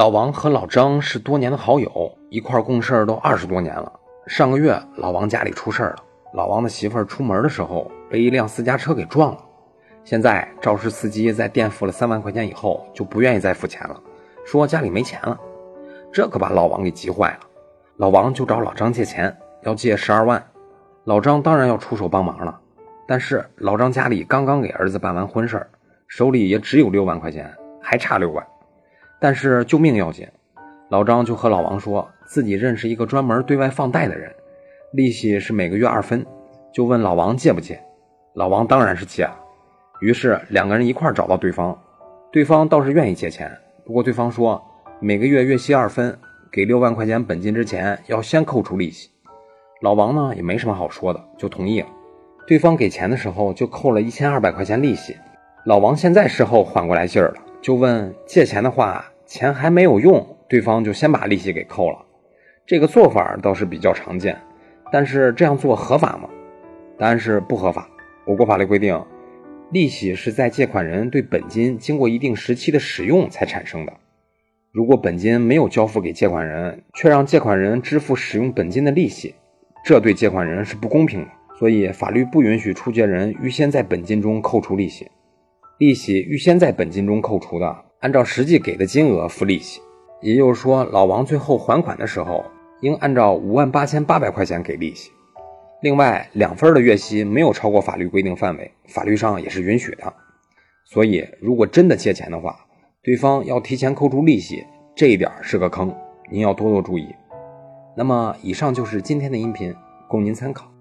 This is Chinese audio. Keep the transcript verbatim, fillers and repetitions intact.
老王和老张是多年的好友，一块共事都二十多年了。上个月老王家里出事了，老王的媳妇儿出门的时候被一辆私家车给撞了。现在肇事司机在垫付了三万块钱以后就不愿意再付钱了，说家里没钱了。这可把老王给急坏了。老王就找老张借钱，要借十二万。老张当然要出手帮忙了，但是老张家里刚刚给儿子办完婚事，手里也只有六万块钱，还差六万。但是救命要紧，老张就和老王说自己认识一个专门对外放贷的人，利息是每个月二分，就问老王借不借。老王当然是借了，于是两个人一块找到对方，对方倒是愿意借钱，不过对方说每个月月息二分，给六万块钱本金之前要先扣除利息。老王呢也没什么好说的，就同意了。对方给钱的时候就扣了一千二百块钱利息。老王现在事后缓过来劲儿了，就问借钱的话钱还没有用，对方就先把利息给扣了。这个做法倒是比较常见，但是这样做合法吗？答案是不合法。我国法律规定，利息是在借款人对本金经过一定时期的使用才产生的。如果本金没有交付给借款人，却让借款人支付使用本金的利息，这对借款人是不公平的，所以法律不允许出借人预先在本金中扣除利息。利息预先在本金中扣除的，按照实际给的金额付利息。也就是说，老王最后还款的时候应按照五万八千八百块钱给利息。另外，两分的月息没有超过法律规定范围，法律上也是允许的。所以如果真的借钱的话，对方要提前扣除利息，这一点是个坑，您要多多注意。那么以上就是今天的音频，供您参考。